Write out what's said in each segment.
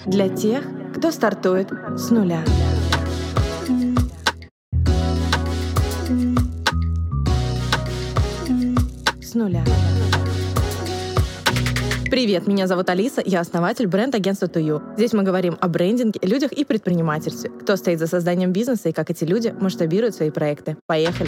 Для тех, кто стартует с нуля. С нуля. Привет, меня зовут Алиса, я основатель бренд-агентства ToYou. Здесь мы говорим о брендинге, людях и предпринимательстве. Кто стоит за созданием бизнеса и как эти люди масштабируют свои проекты. Поехали!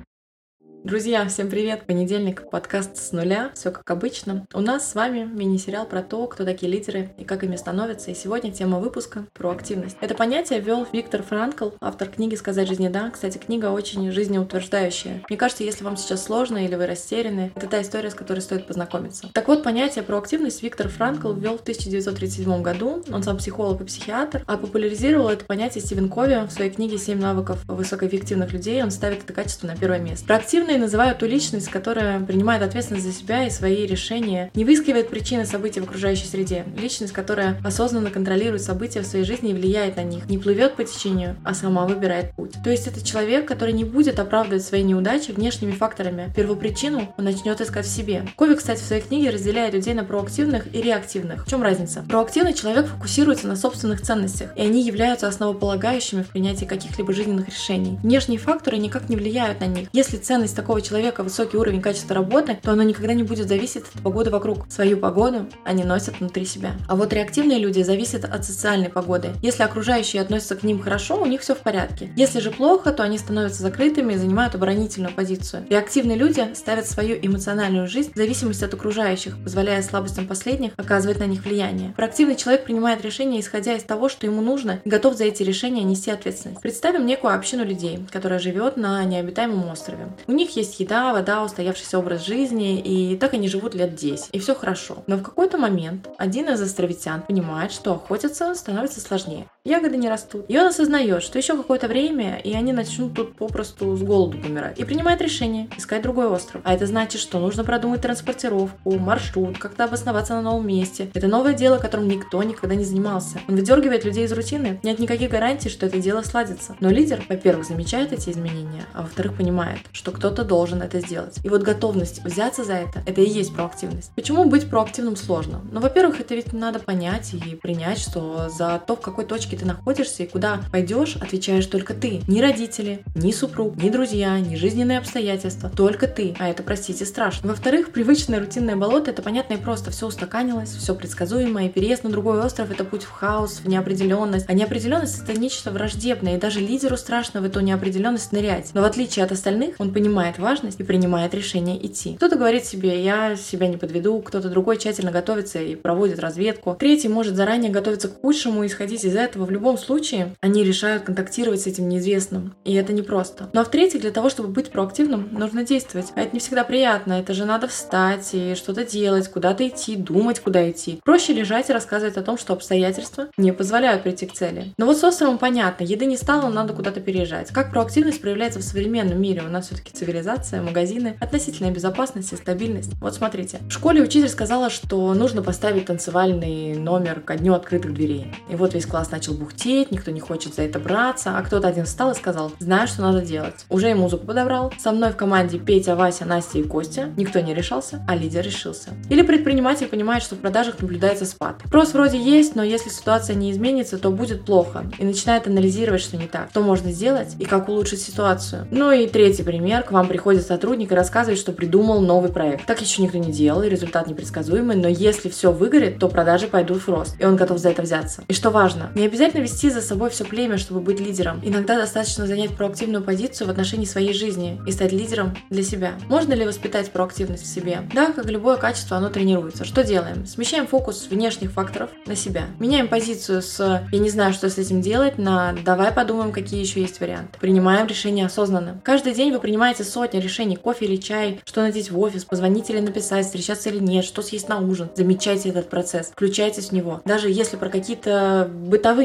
Друзья, всем привет! Понедельник, подкаст с нуля, все как обычно. У нас с вами мини-сериал про то, кто такие лидеры и как ими становятся. И сегодня тема выпуска — проактивность. Это понятие ввел Виктор Франкл, автор книги «Сказать жизни да». Кстати, книга очень жизнеутверждающая. Мне кажется, если вам сейчас сложно или вы растеряны, это та история, с которой стоит познакомиться. Так вот, понятие проактивность Виктор Франкл ввел в 1937 году. Он сам психолог и психиатр, а популяризировал это понятие Стивен Кови в своей книге «7 навыков высокоэффективных людей». Он ставит это качество на первое место. Проактивные называют ту личность, которая принимает ответственность за себя и свои решения, не выискивает причины событий в окружающей среде. Личность, которая осознанно контролирует события в своей жизни и влияет на них, не плывет по течению, а сама выбирает путь. То есть это человек, который не будет оправдывать свои неудачи внешними факторами. Первопричину он начнет искать в себе. Кови, кстати, в своей книге разделяет людей на проактивных и реактивных. В чем разница? Проактивный человек фокусируется на собственных ценностях, и они являются основополагающими в принятии каких-либо жизненных решений. Внешние факторы никак не влияют на них. Если ценность такого человека высокий уровень качества работы, то оно никогда не будет зависеть от погоды вокруг. Свою погоду они носят внутри себя. А вот реактивные люди зависят от социальной погоды. Если окружающие относятся к ним хорошо, у них все в порядке. Если же плохо, то они становятся закрытыми и занимают оборонительную позицию. Реактивные люди ставят свою эмоциональную жизнь в зависимости от окружающих, позволяя слабостям последних оказывать на них влияние. Проактивный человек принимает решения, исходя из того, что ему нужно, и готов за эти решения нести ответственность. Представим некую общину людей, которая живет на необитаемом острове. У них есть еда, вода, устоявшийся образ жизни, и так они живут лет 10. И все хорошо. Но в какой-то момент один из островитян понимает, что охотиться становится сложнее. Ягоды не растут. И он осознает, что еще какое-то время, и они начнут тут попросту с голоду помирать. И принимает решение искать другой остров. А это значит, что нужно продумать транспортировку, маршрут, как-то обосноваться на новом месте. Это новое дело, которым никто никогда не занимался. Он выдергивает людей из рутины. Нет никаких гарантий, что это дело сладится. Но лидер, во-первых, замечает эти изменения, а во-вторых, понимает, что кто-то должен это сделать. И вот готовность взяться за это и есть проактивность. Почему быть проактивным сложно? Ну, во-первых, это ведь надо понять и принять, что за то, в какой точке ты находишься и куда пойдешь, отвечаешь только ты. Ни родители, ни супруг, ни друзья, ни жизненные обстоятельства. Только ты. А это, простите, страшно. Во-вторых, привычное рутинное болото — это понятно и просто. Все устаканилось, все предсказуемо, и переезд на другой остров — это путь в хаос, в неопределенность. А неопределенность — это нечто враждебное, и даже лидеру страшно в эту неопределенность нырять. Но в отличие от остальных, он понимает важность и принимает решение идти. Кто-то говорит себе: я себя не подведу, кто-то другой тщательно готовится и проводит разведку. Третий может заранее готовиться к худшему и исходить из этого. В любом случае, они решают контактировать с этим неизвестным. И это непросто. Ну а в-третьих, для того, чтобы быть проактивным, нужно действовать. А это не всегда приятно. Это же надо встать и что-то делать, куда-то идти, думать, куда идти. Проще лежать и рассказывать о том, что обстоятельства не позволяют прийти к цели. Но вот с островом понятно. Еды не стало, надо куда-то переезжать. Как проактивность проявляется в современном мире? У нас все-таки цивилизация, магазины, относительная безопасность и стабильность. Вот смотрите. В школе учитель сказала, что нужно поставить танцевальный номер ко дню открытых дверей. И вот весь класс начал бухтеть, никто не хочет за это браться, а кто-то один встал и сказал: знаю, что надо делать. Уже и музыку подобрал. Со мной в команде Петя, Вася, Настя и Костя. Никто не решался, а лидер решился. Или предприниматель понимает, что в продажах наблюдается спад. Спрос вроде есть, но если ситуация не изменится, то будет плохо. И начинает анализировать, что не так, что можно сделать и как улучшить ситуацию. Ну и третий пример. К вам приходит сотрудник и рассказывает, что придумал новый проект. Так еще никто не делал, и результат непредсказуемый, но если все выгорит, то продажи пойдут в рост, и он готов за это взяться. И что важно, не обязательно вести за собой все племя, чтобы быть лидером. Иногда достаточно занять проактивную позицию в отношении своей жизни и стать лидером для себя. Можно ли воспитать проактивность в себе? Да, как любое качество, оно тренируется. Что делаем? Смещаем фокус с внешних факторов на себя. Меняем позицию с «я не знаю, что с этим делать» на «давай подумаем, какие еще есть варианты». Принимаем решение осознанно. Каждый день вы принимаете сотни решений: кофе или чай, что надеть в офис, позвонить или написать, встречаться или нет, что съесть на ужин. Замечайте этот процесс, включайтесь в него. Даже если про какие-то бытовые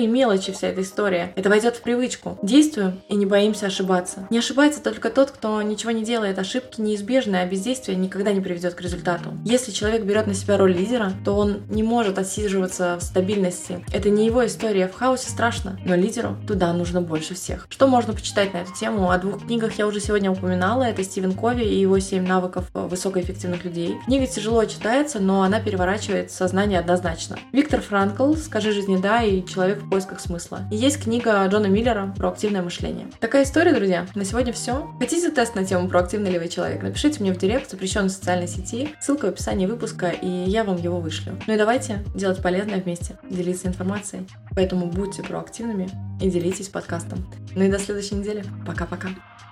мелочи вся эта история. Это войдет в привычку. Действуем и не боимся ошибаться. Не ошибается только тот, кто ничего не делает. Ошибки неизбежны, а бездействие никогда не приведет к результату. Если человек берет на себя роль лидера, то он не может отсиживаться в стабильности. Это не его история. В хаосе страшно, но лидеру туда нужно больше всех. Что можно почитать на эту тему? О 2 книгах я уже сегодня упоминала. Это Стивен Кови и его 7 навыков высокоэффективных людей. Книга тяжело читается, но она переворачивает сознание однозначно. Виктор Франкл «Скажи жизни да» и «Человек в поисках смысла». И есть книга Джона Миллера «Проактивное мышление». Такая история, друзья. На сегодня все. Хотите тест на тему «Проактивный ли вы человек»? Напишите мне в директ, запрещенной социальной сети. Ссылка в описании выпуска, и я вам его вышлю. Ну и давайте делать полезное вместе, делиться информацией. Поэтому будьте проактивными и делитесь подкастом. Ну и до следующей недели. Пока-пока.